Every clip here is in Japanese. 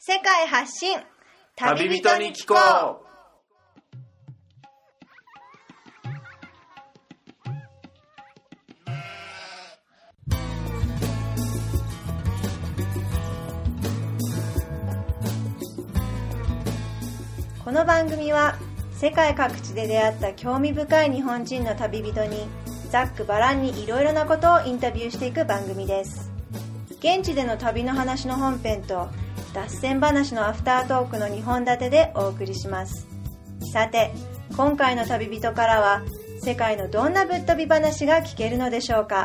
世界発信旅人に聞こう。 この番組は世界各地で出会った興味深い日本人の旅人にざっくばらんにいろいろなことをインタビューしていく番組です。現地での旅の話の本編と脱線話のアフタートークの2本立てでお送りします。さて、今回の旅人からは世界のどんなぶっ飛び話が聞けるのでしょうか。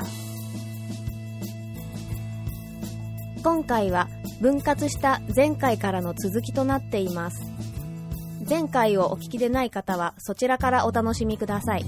今回は分割した前回からの続きとなっています。前回をお聞きでない方はそちらからお楽しみください。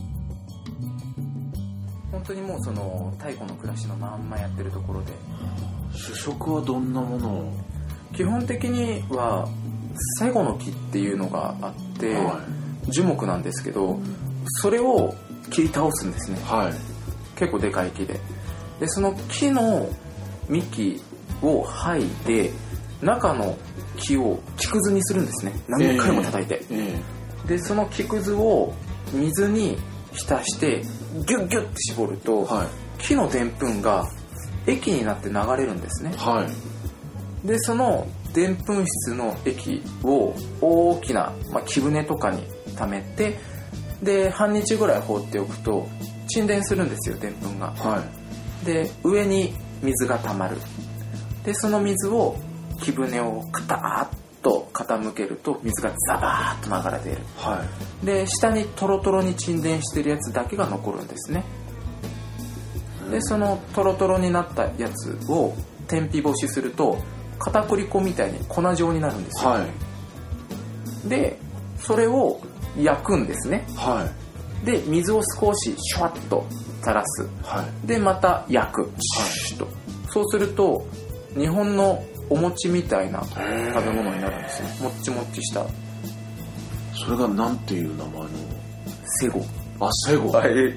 本当にもうその太古の暮らしのまんまやってるところで、 主食はどんなものを？ 基本的には最後の木っていうのがあって、樹木なんですけど、それを切り倒すんですね、結構でかい木で、その木の幹を剥いで中の木を木くずにするんですね。何回も叩いて、でその木くずを水に浸してギュッギュッて絞ると、木のでんぷんが液になって流れるんですね、でそのでんぷん質の液を大きな、木舟とかに溜めて、で半日ぐらい放っておくと沈殿するんですよ、でんぷんが、で上に水が溜まる。でその水を木舟をカターッと傾けると水がザバーッと流れている、で下にトロトロに沈殿してるやつだけが残るんですね。でそのトロトロになったやつを天日干しすると片栗粉みたいに粉状になるんですよ、でそれを焼くんですね、で水を少しシュワッと垂らす、でまた焼く、シュッと、そうすると日本のお餅みたいな食べ物になるんですよ。もっちもっちした。 それがなんていう名前の？ セゴ。 セゴ。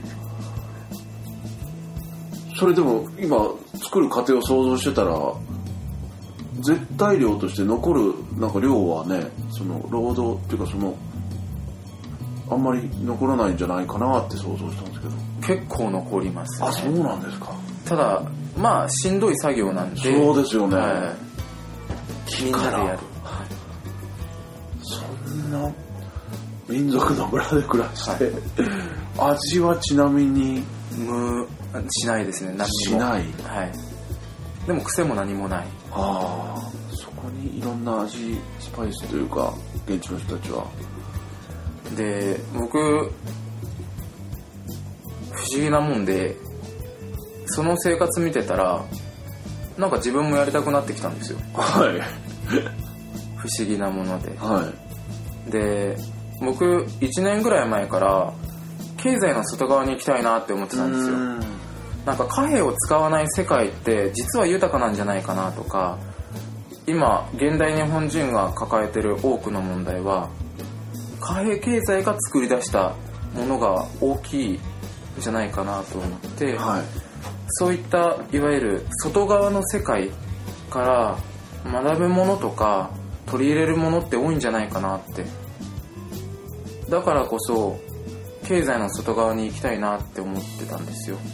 それでも今作る過程を想像してたら絶対量として残るなんか量はね、その労働っていうかそのあんまり残らないんじゃないかなって想像したんですけど。 結構残りますね。 そうなんですか。 ただしんどい作業なんで。 そうですよね、 みんなでやる、 そんな民族の村で暮らして、味はちなみにしないですね。何にもしない、 でも癖も何もない。 そこにいろんな味スパイスというか現地の人たちは。 で僕不思議なもんで、その生活見てたらなんか自分もやりたくなってきたんですよ、不思議なもので、で僕1年ぐらい前から経済の外側に行きたいなって思ってたんですよ。なんか貨幣を使わない世界って実は豊かなんじゃないかなとか、今現代日本人が抱えてる多くの問題は貨幣経済が作り出したものが大きいんじゃないかなと思って、そういったいわゆる外側の世界から学ぶものとか取り入れるものって多いんじゃないかなって。だからこそ経済の外側に行きたいなって思ってたんですよ。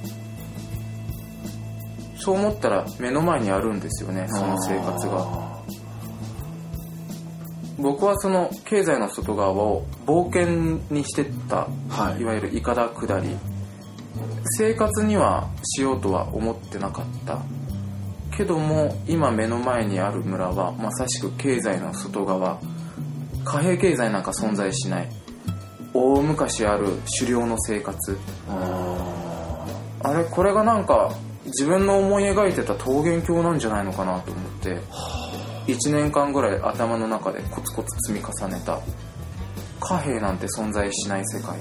そう思ったら目の前にあるんですよね、その生活が。僕はその経済の外側を冒険にしてった、いわゆるいかだ下り、生活にはしようとは思ってなかったけども、今目の前にある村はまさしく経済の外側、貨幣経済なんか存在しない大昔ある狩猟の生活、これがなんか自分の思い描いてた桃源郷なんじゃないのかなと思って、1年間ぐらい頭の中でコツコツ積み重ねた貨幣なんて存在しない世界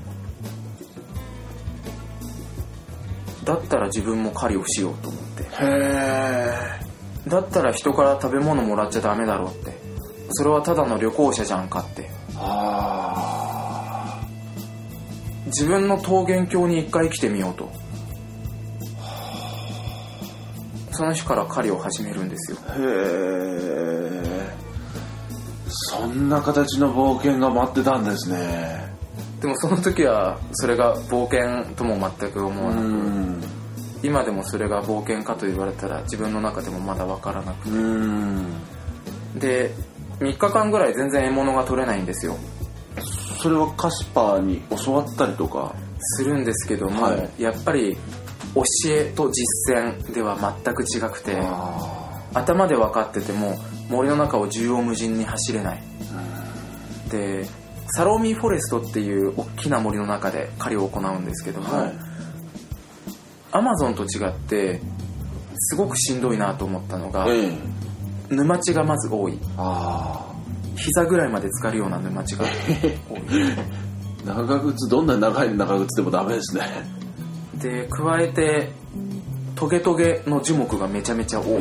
だったら自分も狩りをしようと思って、だったら人から食べ物もらっちゃダメだろうって、それはただの旅行者じゃんかって、自分の桃源郷に一回来てみようと、その日から狩りを始めるんですよ。 そんな形の冒険が待ってたんですね。 でもその時はそれが冒険とも全く思わなく、今でもそれが冒険かと言われたら自分の中でもまだ分からなくて、で3日間ぐらい全然獲物が取れないんですよ。 それはカスパーに教わったりとかするんですけども、やっぱり教えと実践では全く違くて、頭で分かってても森の中を縦横無尽に走れない。でサローミーフォレストっていう大きな森の中で狩りを行うんですけども、アマゾンと違ってすごくしんどいなと思ったのが、沼地がまず多い。膝ぐらいまで浸かるような沼地が多い。 長靴、どんな長い長靴でもダメですね。 で加えてトゲトゲの樹木がめちゃめちゃ多い。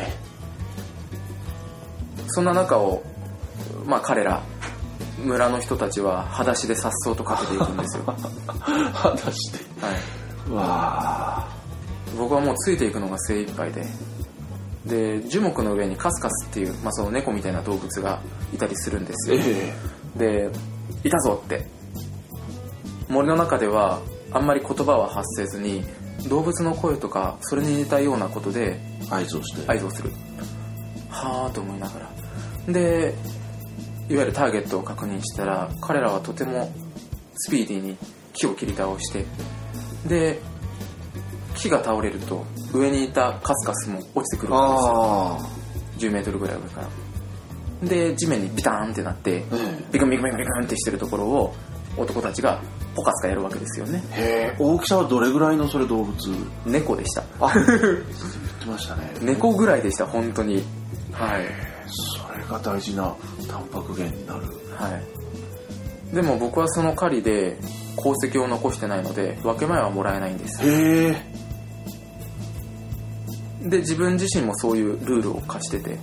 そんな中を彼ら村の人たちは裸足で颯爽とかけていくんですよ。 裸足で、わー。 僕はもうついていくのが精一杯で樹木の上にカスカスっていう、その猫みたいな動物がいたりするんですよ。でいたぞって、森の中ではあんまり言葉は発せずに動物の声とかそれに似たようなことで合図をする。 はーと思いながら、でいわゆるターゲットを確認したら、彼らはとてもスピーディーに木を切り倒して、で木が倒れると上にいたカスカスも落ちてくるわけですよ。10メートルぐらい上からで地面にビターンってなって、ビクンビクンビクンってしてるところを男たちがポカスカやるわけですよね。 大きさはどれぐらいのそれ動物？ 猫でした。 言ってましたね。 猫ぐらいでした本当に。 それが大事なタンパク源になる。 でも僕はその狩りで功績を残してないので分け前はもらえないんです。で自分自身もそういうルールを課してて、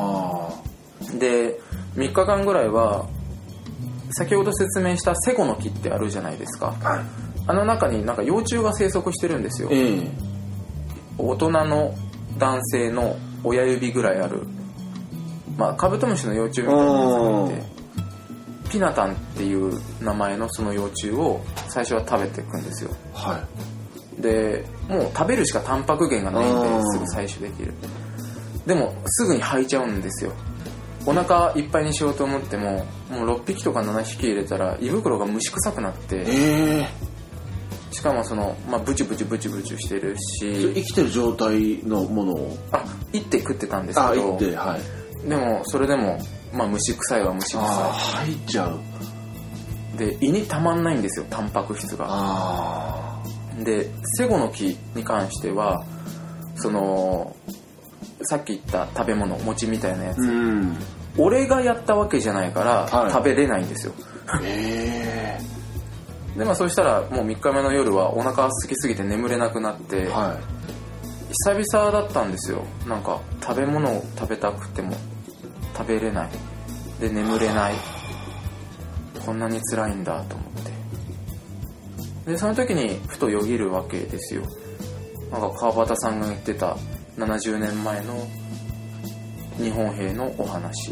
で3日間ぐらいは先ほど説明したセゴの木ってあるじゃないですか、あの中になんか幼虫が生息してるんですよ。大人の男性の親指ぐらいある、カブトムシの幼虫みたいなやつがいて、ピナタンっていう名前のその幼虫を最初は食べていくんですよ。でもう食べるしかタンパク源がないんですぐ採取できる。でもすぐに吐いちゃうんですよ。お腹いっぱいにしようと思ってももう6匹とか7匹入れたら胃袋が虫臭くなって、しかもその、ブチブチブチブチしてるし、 生きてる状態のものをいって食ってたんですけど、でもそれでも虫臭いは虫臭い。 入っちゃう。 で胃にたまんないんですよタンパク質が。でセゴの木に関してはそのさっき言った食べ物餅みたいなやつ、俺がやったわけじゃないから食べれないんですよ。でそうしたらもう3日目の夜はお腹空きすぎて眠れなくなって、久々だったんですよ。なんか食べ物を食べたくても食べれないで眠れない、こんなに辛いんだと思って、でその時にふとよぎるわけですよ。なんか川端さんが言ってた70年前の日本兵のお話。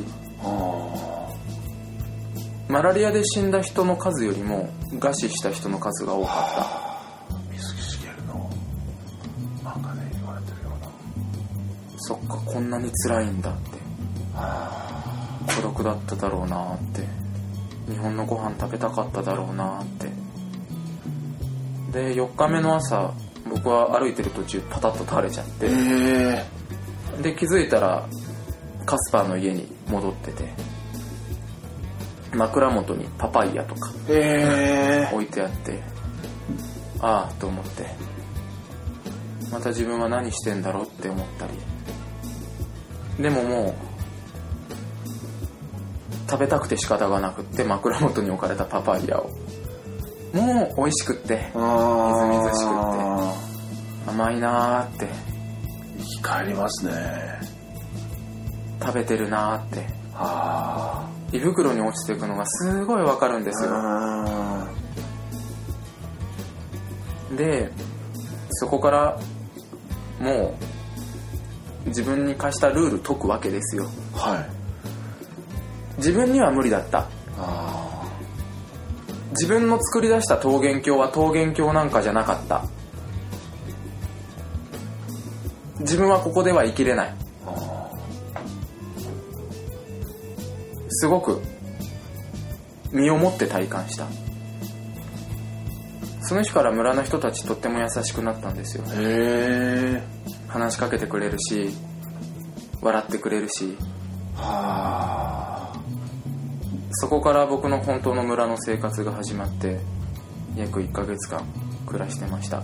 マラリアで死んだ人の数よりも餓死した人の数が多かった。 水木しげるの漫画で言われてるような。 そっか、こんなに辛いんだって、孤独だっただろうなって、日本のご飯食べたかっただろうなって。で4日目の朝僕は歩いてる途中パタッと倒れちゃって、で気づいたらカスパーの家に戻ってて、枕元にパパイヤとか置いてあって、ああと思って、また自分は何してんだろうって思ったり、でももう食べたくて仕方がなくって枕元に置かれたパパイヤをもう美味しくってみずみずしくって甘いなーって生き返りますね。 食べてるなーって、胃袋に落ちていくのがすごいわかるんですよ。でそこからもう自分に課したルール解くわけですよ。 自分には無理だった。自分の作り出した桃源郷は桃源郷なんかじゃなかった。自分はここでは生きれない。すごく身をもって体感した。その日から村の人たちとっても優しくなったんですよ。話しかけてくれるし、笑ってくれるし、そこから僕の本当の村の生活が始まって約1ヶ月間暮らしてました。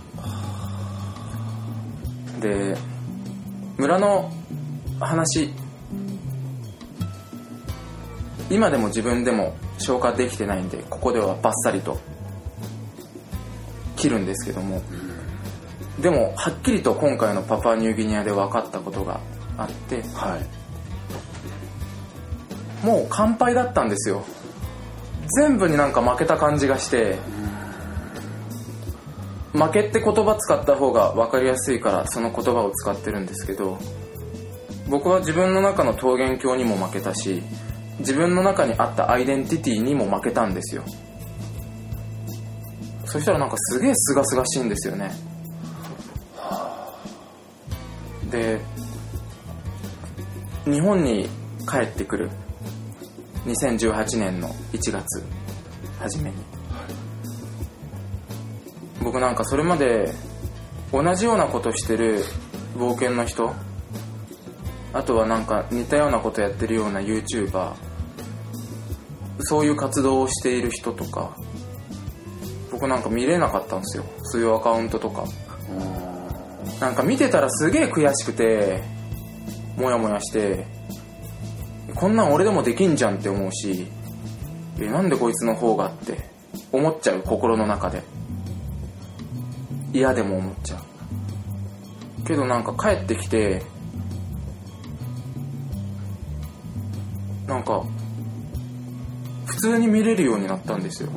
で、村の話、今でも自分でも消化できてないんで、ここではバッサリと切るんですけども、でもはっきりと今回のパプアニューギニアで分かったことがあって、もう完敗だったんですよ。全部になんか負けた感じがして、負けって言葉使った方が分かりやすいからその言葉を使ってるんですけど、僕は自分の中の桃源郷にも負けたし、自分の中にあったアイデンティティにも負けたんですよ。そしたらなんかすげえすがすがしいんですよね。で、日本に帰ってくる2018年の1月初めに、僕なんかそれまで同じようなことしてる冒険の人、あとはなんか似たようなことやってるような YouTuber、 そういう活動をしている人とか僕なんか見れなかったんですよ。そういうアカウントとかなんか見てたらすげえ悔しくて、モヤモヤして、こんなん俺でもできんじゃんって思うし、なんでこいつの方がって思っちゃう、心の中で。嫌でも思っちゃうけど、なんか帰ってきて、なんか普通に見れるようになったんですよ。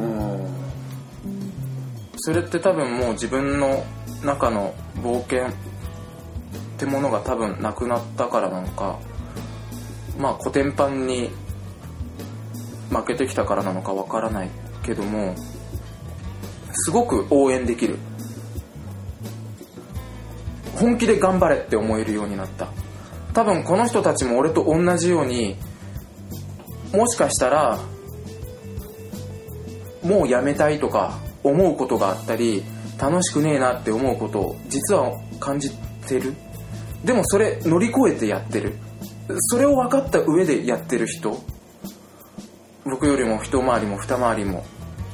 それって多分もう自分の中の冒険ってものが多分なくなったからなのか、まあコテンパンに負けてきたからなのかわからないけども、すごく応援できる、本気で頑張れって思えるようになった。多分この人たちも俺と同じように、もしかしたらもうやめたいとか思うことがあったり、楽しくねえなって思うことを実は感じてる。でもそれ乗り越えてやってる、それを分かった上でやってる人、僕よりも一回りも二回りも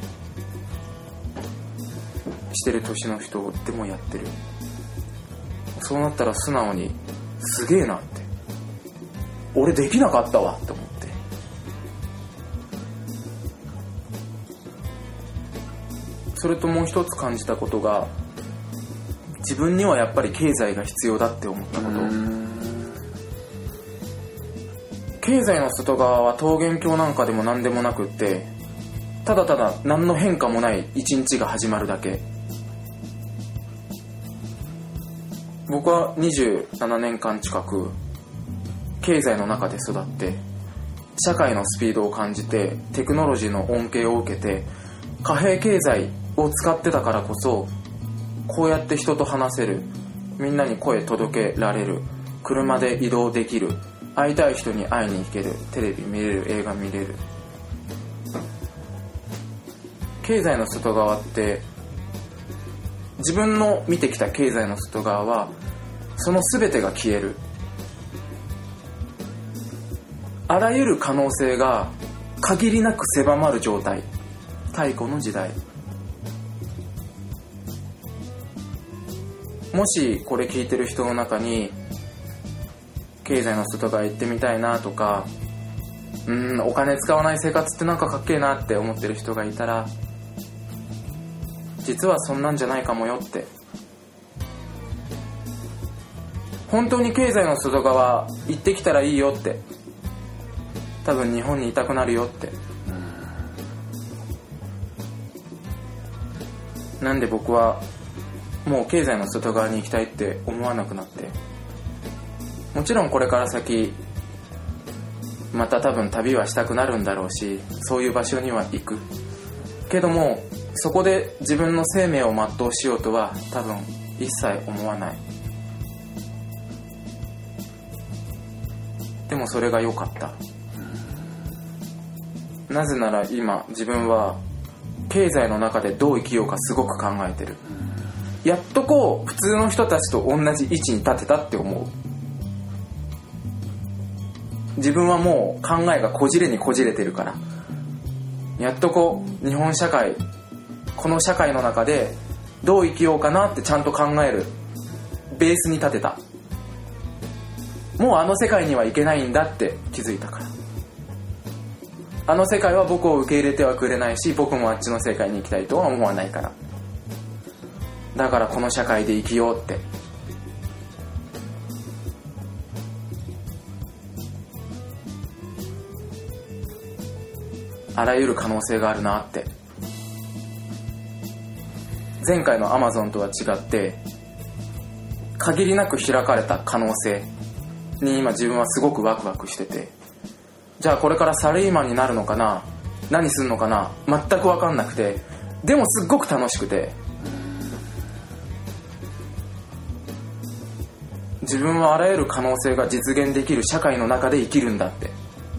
してる年の人でもやってる。そうなったら素直にすげえなって、俺できなかったわって思って、それともう一つ感じたことが、自分にはやっぱり経済が必要だって思ったこと。経済の外側は桃源郷なんかでも何でもなくって、ただただ何の変化もない一日が始まるだけ。僕は27年間近く経済の中で育って、社会のスピードを感じて、テクノロジーの恩恵を受けて、貨幣経済を使ってたからこそ、こうやって人と話せる、みんなに声届けられる、車で移動できる、会いたい人に会いに行ける、テレビ見れる、映画見れる。経済の外側って、自分の見てきた経済の外側はその全てが消える。あらゆる可能性が限りなく狭まる状態、太古の時代。もしこれ聞いてる人の中に経済の外側行ってみたいなとか、お金使わない生活ってなんかかっけえなって思ってる人がいたら、実はそんなんじゃないかもよって。本当に経済の外側行ってきたらいいよって。多分日本にいたくなるよって。なんで僕はもう経済の外側に行きたいって思わなくなって、もちろんこれから先また多分旅はしたくなるんだろうし、そういう場所には行くけども、そこで自分の生命を全うしようとは多分一切思わない。でもそれが良かった。なぜなら今自分は経済の中でどう生きようかすごく考えてる。やっとこう普通の人たちと同じ位置に立てたって思う。自分はもう考えがこじれにこじれてるから、やっとこう日本社会、この社会の中でどう生きようかなってちゃんと考えるベースに立てた。もうあの世界には行けないんだって気づいたから。あの世界は僕を受け入れてはくれないし、僕もあっちの世界に行きたいとは思わないから。だからこの社会で生きようって。あらゆる可能性があるなって。前回の Amazon とは違って限りなく開かれた可能性に今自分はすごくワクワクしてて、じゃあこれからサラリーマンになるのかな、何するのかな、全く分かんなくて、でもすっごく楽しくて、自分はあらゆる可能性が実現できる社会の中で生きるんだって。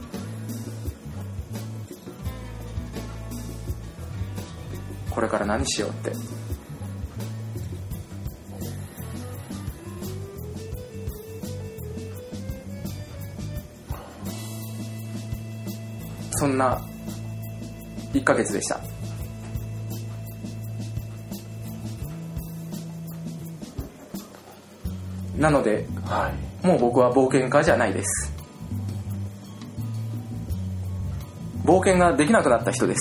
これから何しようって。そんな1ヶ月でした。なので、もう僕は冒険家じゃないです。冒険ができなくなった人です。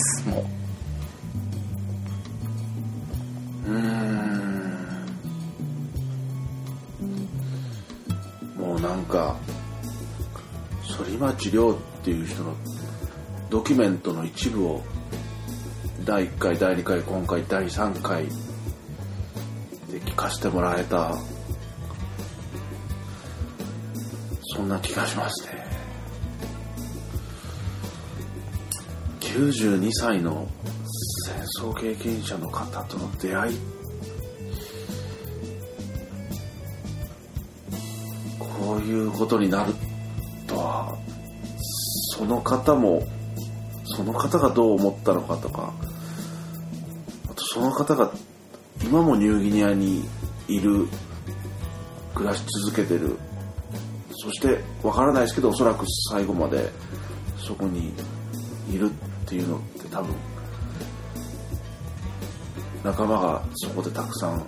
もうなんか反町亮っていう人のドキュメントの一部を第1回第2回今回第3回で聞かせてもらえた、そんな気がしますね。92歳の戦争経験者の方との出会い、こういうことになるとは、その方がどう思ったのかとか、あとその方が今もニューギニアにいる、暮らし続けてる、そしてわからないですけどおそらく最後までそこにいるっていうのって多分仲間がそこでたくさん、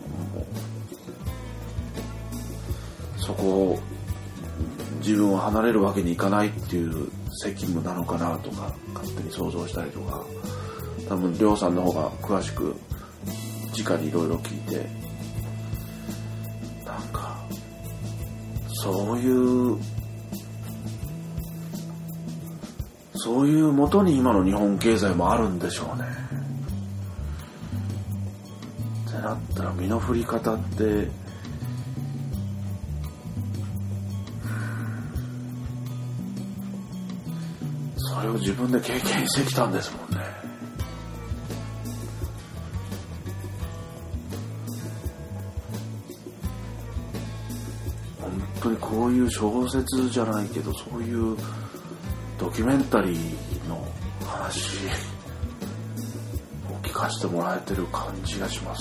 そこを自分は離れるわけにいかないっていう責務なのかなとか勝手に想像したりとか、多分りょうさんの方が詳しく直にいろいろ聞いて、なんかそういう元に今の日本経済もあるんでしょうね。ってなったら身の振り方ってそれを自分で経験してきたんですもんね。本当にこういう小説じゃないけど、そういうドキュメンタリーの話を聞かせてもらえてる感じがします。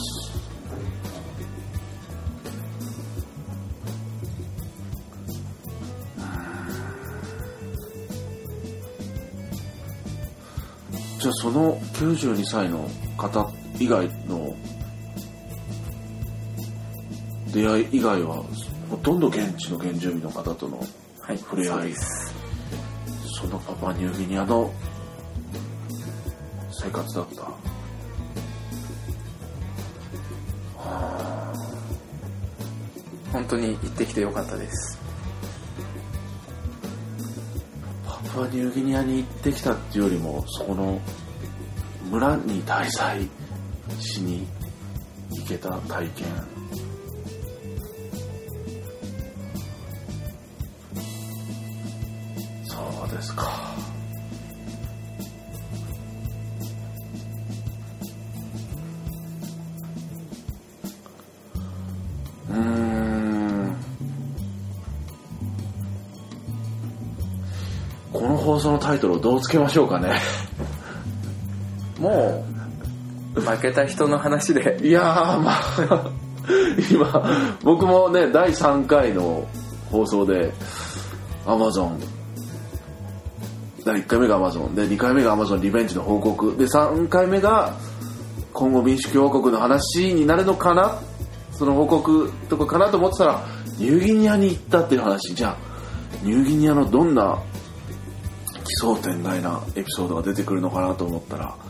じゃあその92歳の方以外の出会い以外はほとんど現地の原住民の方との触れ合い、そのパパニューギニアの生活だった。 本当に行ってきてよかったです。 パプアニューギニアに行ってきたっていうよりも、そこの村に滞在しに行けた体験、そうですか。 この放送のタイトルをどうつけましょうかね。 もう負けた人の話で。 いやー、まあ今僕もね第3回の放送で Amazon 第1回目が Amazon で2回目が Amazon リベンジの報告で3回目が今後民主共和国の話になるのかな、その報告とかかなと思ってたらニューギニアに行ったっていう話。じゃあニューギニアのどんな奇想天外なエピソードが出てくるのかなと思ったら、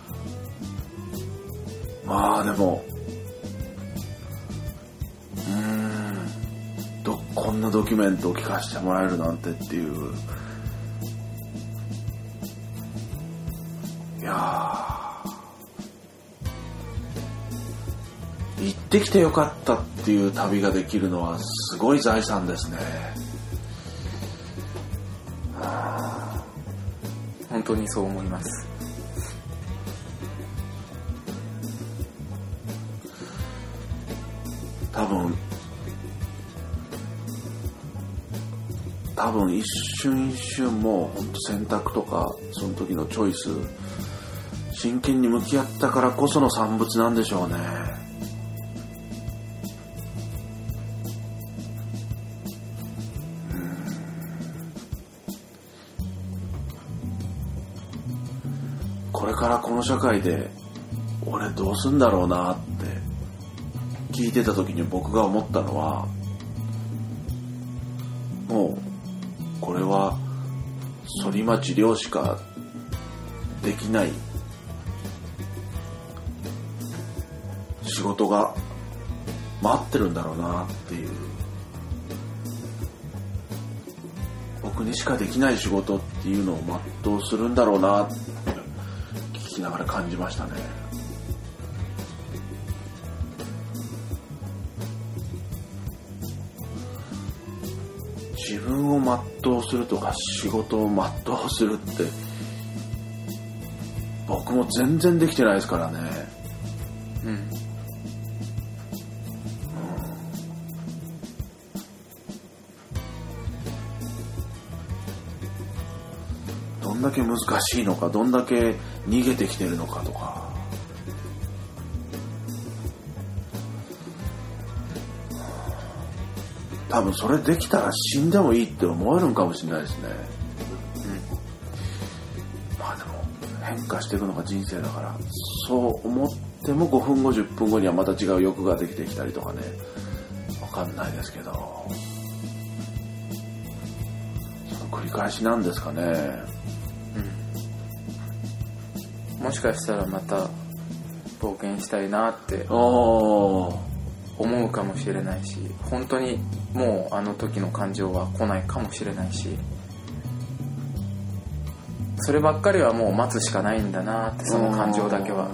まあでもこんなドキュメントを聞かせてもらえるなんてっていう、いやー、行ってきてよかったっていう旅ができるのはすごい財産ですね。 本当にそう思います。 多分一瞬一瞬もう本当選択とかその時のチョイス真剣に向き合ったからこその産物なんでしょうね。これからこの社会で俺どうすんだろうなって聞いてた時に僕が思ったのは、もうこれは反町亮しかできない仕事が待ってるんだろうなっていう、僕にしかできない仕事っていうのを全うするんだろうなって聞きながら感じましたね。自分を全うするとか仕事を全うするって僕も全然できてないですからね。どんだけ難しいのか、どんだけ逃げてきてるのかとか、多分それできたら死んでもいいって思えるんかもしれないですね。まあでも変化していくのが人生だから、そう思っても5分後10分後にはまた違う欲ができてきたりとかね、わかんないですけど、その繰り返しなんですかね。 もしかしたらまた冒険したいなって思うかもしれないし、本当にもうあの時の感情は来ないかもしれないし、そればっかりはもう待つしかないんだなって、その感情だけは。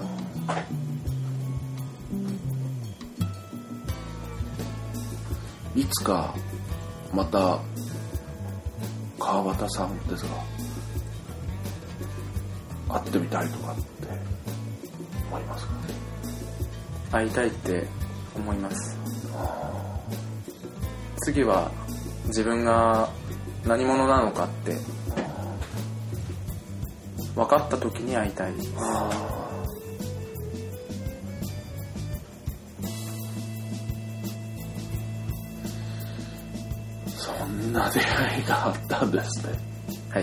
いつかまた川端さんですか、会ってみたいとかって思いますか？ 会いたいって思います。次は自分が何者なのかって分かった時に会いたい。 そんな出会いがあったんですね。 はい。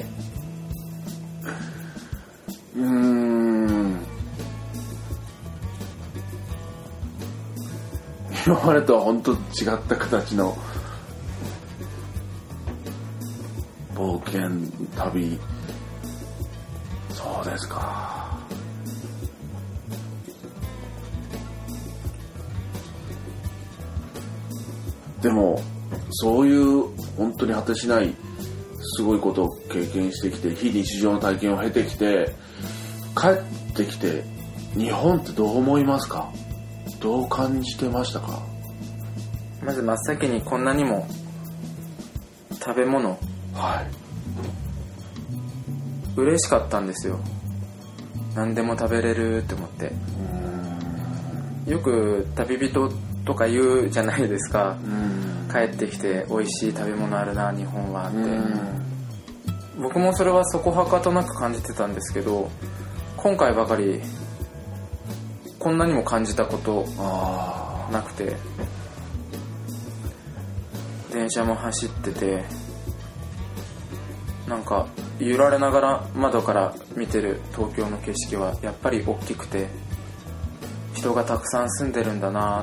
今までとは本当違った形の冒険旅。そうですか。でもそういう本当に果てしないすごいことを経験してきて、非日常の体験を経てきて帰ってきて、日本ってどう思いますか？どう感じてましたか？ まず真っ先にこんなにも食べ物、嬉しかったんですよ。何でも食べれるって思って。よく旅人とか言うじゃないですか。帰ってきて美味しい食べ物あるな日本はって。 僕もそれはそこはかとなく感じてたんですけど、今回ばかりこんなにも感じたことなくて、電車も走ってて、なんか揺られながら窓から見てる東京の景色はやっぱり大きくて、人がたくさん住んでるんだなって、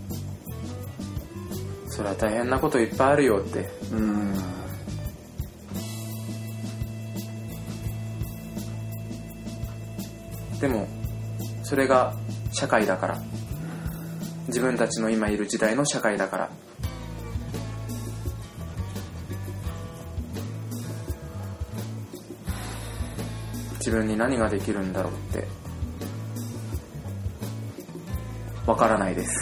それは大変なこといっぱいあるよって。でもそれが社会だから、自分たちの今いる時代の社会だから、自分に何ができるんだろうってわからないです。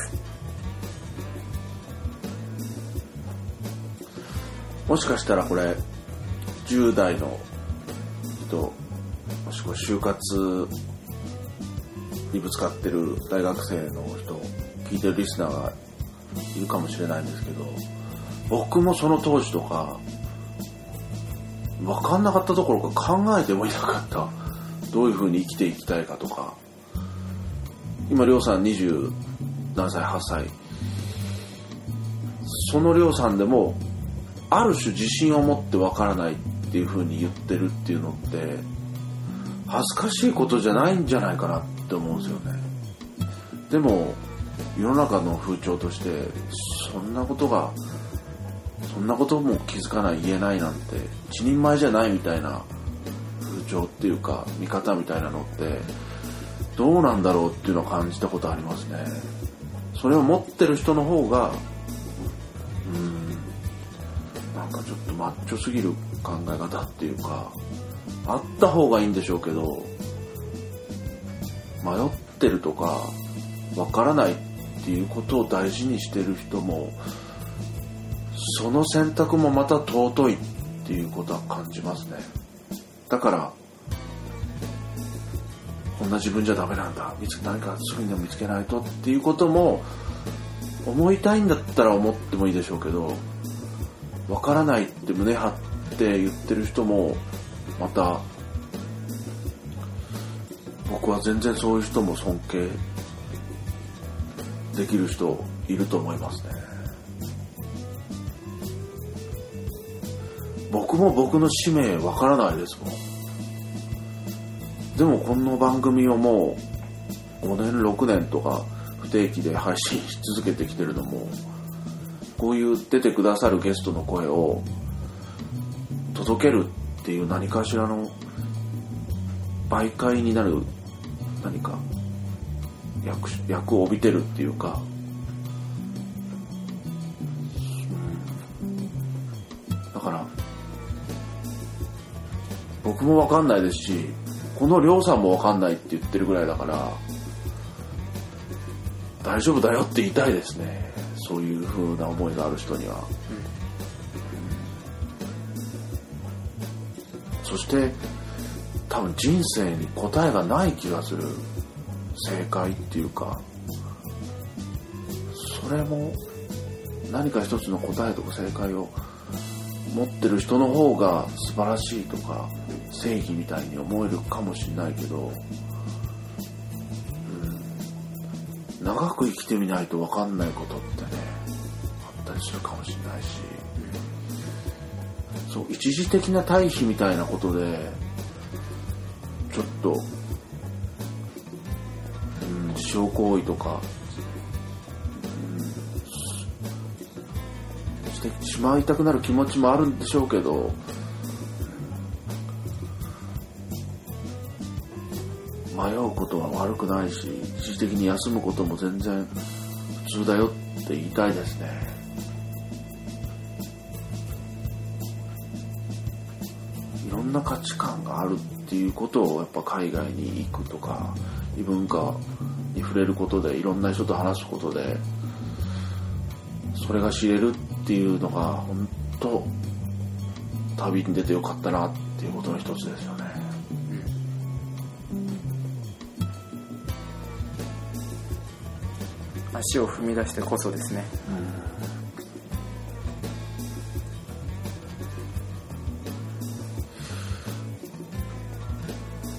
もしかしたらこれ10代の人、もしくは就活にぶつかってる大学生の人、聞いてるリスナーがいるかもしれないんですけど、僕もその当時とか分かんなかったどころか考えてもいなかった。どういう風に生きていきたいかとか。今りょうさん20何歳8歳、そのりょうさんでもある種自信を持って分からないっていう風に言ってるっていうのって恥ずかしいことじゃないんじゃないかなって思うんですよね。でも世の中の風潮としてそんなことも気づかない、言えないなんて一人前じゃないみたいな風潮っていうか見方みたいなのってどうなんだろうっていうのを感じたことありますね。それを持ってる人の方がなんかちょっとマッチョすぎる考え方っていうか、あった方がいいんでしょうけど、迷ってるとかわからないっていうことを大事にしてる人も、その選択もまた尊いっていうことは感じますね。だからこんな自分じゃダメなんだ、何かすぐにでも見つけないとっていうことも思いたいんだったら思ってもいいでしょうけど、わからないって胸張って言ってる人もまた僕は全然そういう人も尊敬できる人いると思いますね。僕も僕の使命わからないですもん。でもこの番組をもう5年6年とか不定期で配信し続けてきてるのも、こういう出てくださるゲストの声を届けるっていう何かしらの媒介になる何か役を帯びてるっていうか、だから僕も分かんないですし、このりょうさんも分かんないって言ってるぐらいだから、大丈夫だよって言いたいですね。そういう風な思いがある人には、そして多分人生に答えがない気がする。正解っていうか、それも何か一つの答えとか正解を持ってる人の方が素晴らしいとか正義みたいに思えるかもしれないけど、長く生きてみないと分かんないことってね、あったりするかもしれないし、そう一時的な対比みたいなことでちょっと自傷行為とかしてしまいたくなる気持ちもあるんでしょうけど、迷うことは悪くないし、一時的に休むことも全然普通だよって言いたいですね。いろんな価値観があるっていうことをやっぱ海外に行くとか異文化に触れることで、いろんな人と話すことでそれが知れるっていうのが本当旅に出てよかったなっていうことの一つですよね。 足を踏み出してこそですね。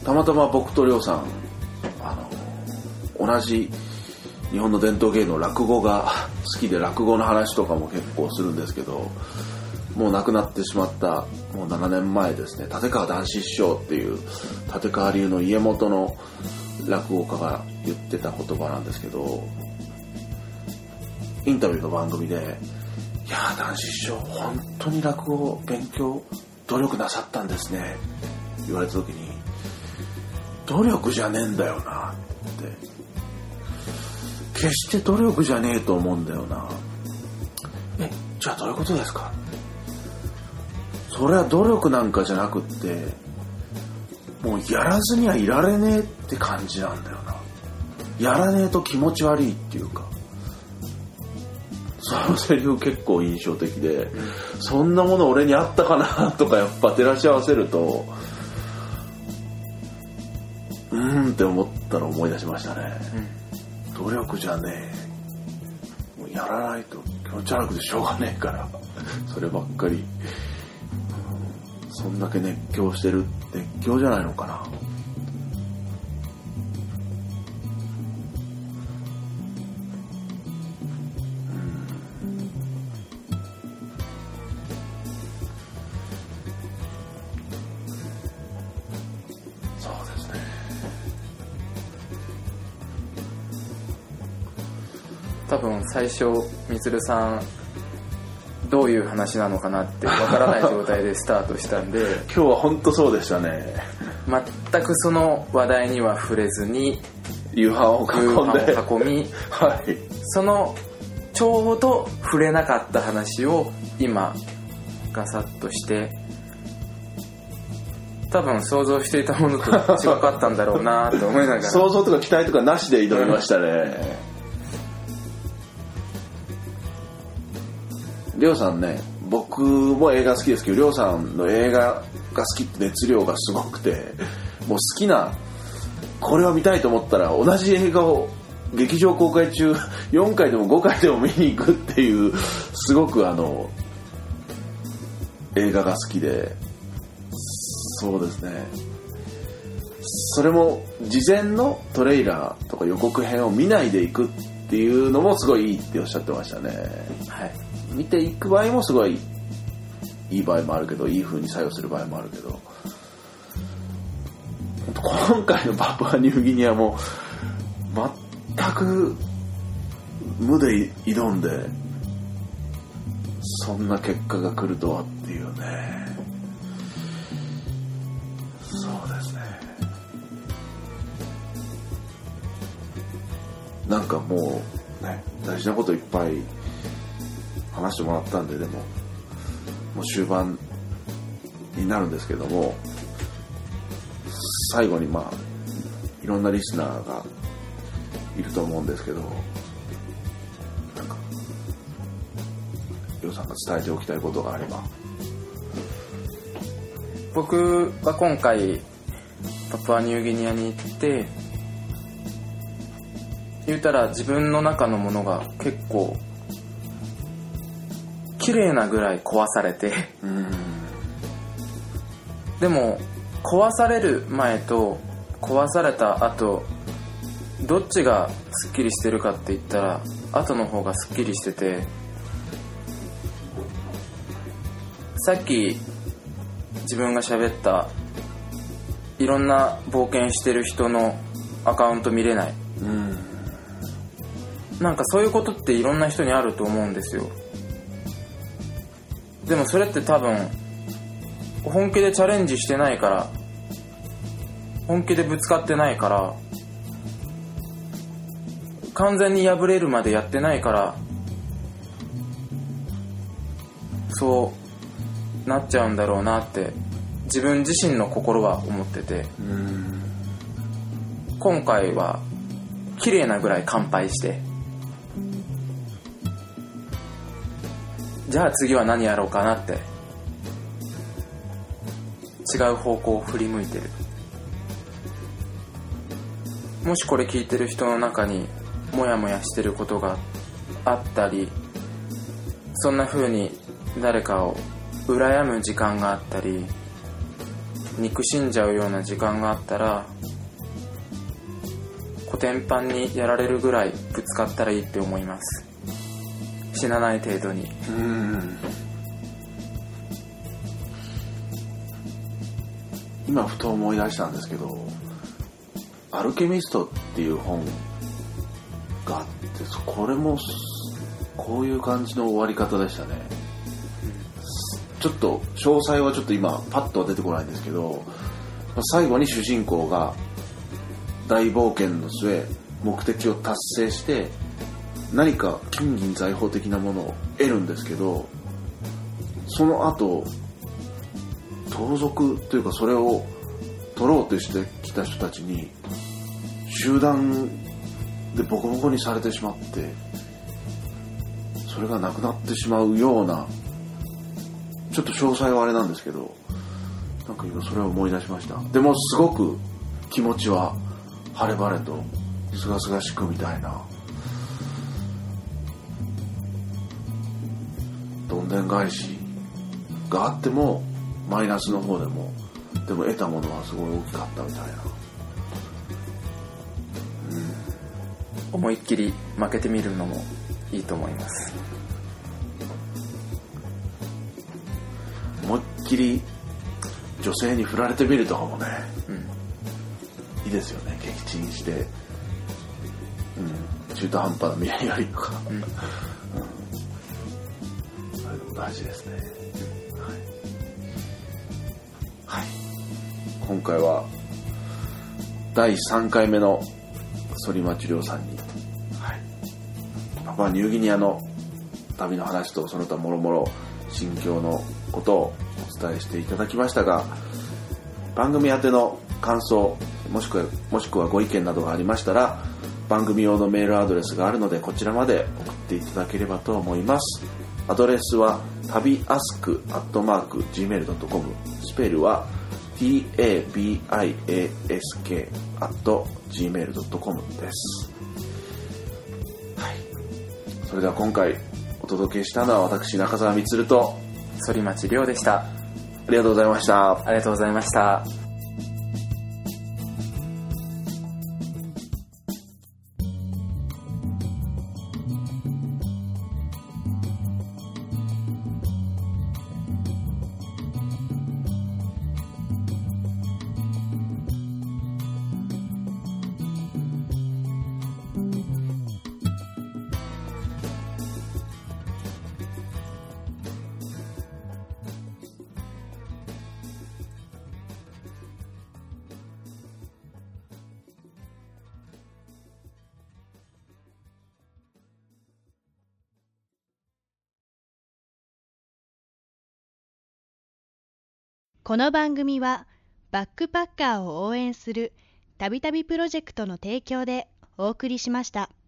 たまたま僕とりょうさん同じ日本の伝統芸能落語が好きで、落語の話とかも結構するんですけど、もう亡くなってしまったもう7年前ですね、立川談志師匠っていう立川流の家元の落語家が言ってた言葉なんですけど、インタビューの番組で、いやー談志師匠本当に落語勉強努力なさったんですね言われた時に、努力じゃねえんだよなって、決して努力じゃねえと思うんだよな。じゃあどういうことですか。それは努力なんかじゃなくって、もうやらずにはいられねえって感じなんだよな。やらねえと気持ち悪いっていうか、そのセリフ結構印象的で、そんなもの俺にあったかなとかやっぱ照らし合わせると、って思ったのを思い出しましたね。努力じゃねえ、もうやらないと気持ち悪くてしょうがねえからそればっかり、そんだけ熱狂してる、熱狂じゃないのかな。 多分最初みつるさんどういう話なのかなってわからない状態でスタートしたんで今日は本当そうでしたね。 全くその話題には触れずに夕飯を囲み、 はい、そのちょうど触れなかった話を今ガサッとして、多分想像していたものと違かったんだろうなと思いながら想像とか期待とかなしで挑みましたね。りょうさんね、僕も映画好きですけど、りょうさんの映画が好きって熱量がすごくて、もう好きなこれを見たいと思ったら同じ映画を劇場公開中4回でも5回でも見に行くっていう、すごく映画が好きで、そうですね、それも事前のトレーラーとか予告編を見ないでいくっていうのもすごいいいっておっしゃってましたね。はい、見ていく場合もすごいいい場合もあるけど、いい風に作用する場合もあるけど、今回のパプアニューギニアも全く無で挑んでそんな結果が来るとはっていうね。そうですね、なんかもうね、大事なこといっぱい話してもらったんで、でももう終盤になるんですけども、最後にいろんなリスナーがいると思うんですけど、なんかりょうさんが伝えておきたいことがあれば。 僕は今回パプアニューギニアに行って、言うたら自分の中のものが結構綺麗なぐらい壊されてでも壊される前と壊された後、どっちがスッキリしてるかって言ったら後の方がスッキリしてて、さっき自分が喋ったいろんな冒険してる人のアカウント見れない、なんかそういうことっていろんな人にあると思うんですよ。でもそれって多分本気でチャレンジしてないから、本気でぶつかってないから、完全に破れるまでやってないから、そうなっちゃうんだろうなって自分自身の心は思ってて、今回は綺麗なぐらい乾杯して、じゃあ次は何やろうかなって違う方向を振り向いてる。もしこれ聞いてる人の中にモヤモヤしてることがあったり、そんな風に誰かを羨む時間があったり、 憎しんじゃうような時間があったら、コテンパンにやられるぐらいぶつかったらいいって思います。死なない程度に。 今ふと思い出したんですけど、アルケミストっていう本があって、これもこういう感じの終わり方でしたね。ちょっと詳細はちょっと今パッとは出てこないんですけど、最後に主人公が大冒険の末目的を達成して何か金銀財宝的なものを得るんですけど、その後盗賊というかそれを取ろうとしてきた人たちに集団でボコボコにされてしまって、それがなくなってしまうような、ちょっと詳細はあれなんですけど、なんか今それを思い出しました。でもすごく気持ちは晴れ晴れとすがすがしくみたいな、どんでん返しがあってもマイナスの方でも得たものはすごい大きかったみたいな、 思いっきり負けてみるのもいいと思います。 思いっきり女性に振られてみるとかもね、いいですよね。撃沈して、中途半端な未来よりとか、それでも大事ですね。はい、今回は第3回目の反町亮さんに、パパニューギニアの旅の話とその他もろもろ心境のことをお伝えしていただきましたが、番組宛ての感想もしくはご意見などがありましたら、番組用のメールアドレスがあるのでこちらまで送っていただければと思います。アドレスはtabiask@gmail.com、 スペルは tabiask@gmail.com です。はい、それでは今回お届けしたのは私中澤充と反町亮でした。 ありがとうございました。 ありがとうございました。 この番組はバックパッカーを応援するたびたびプロジェクトの提供でお送りしました。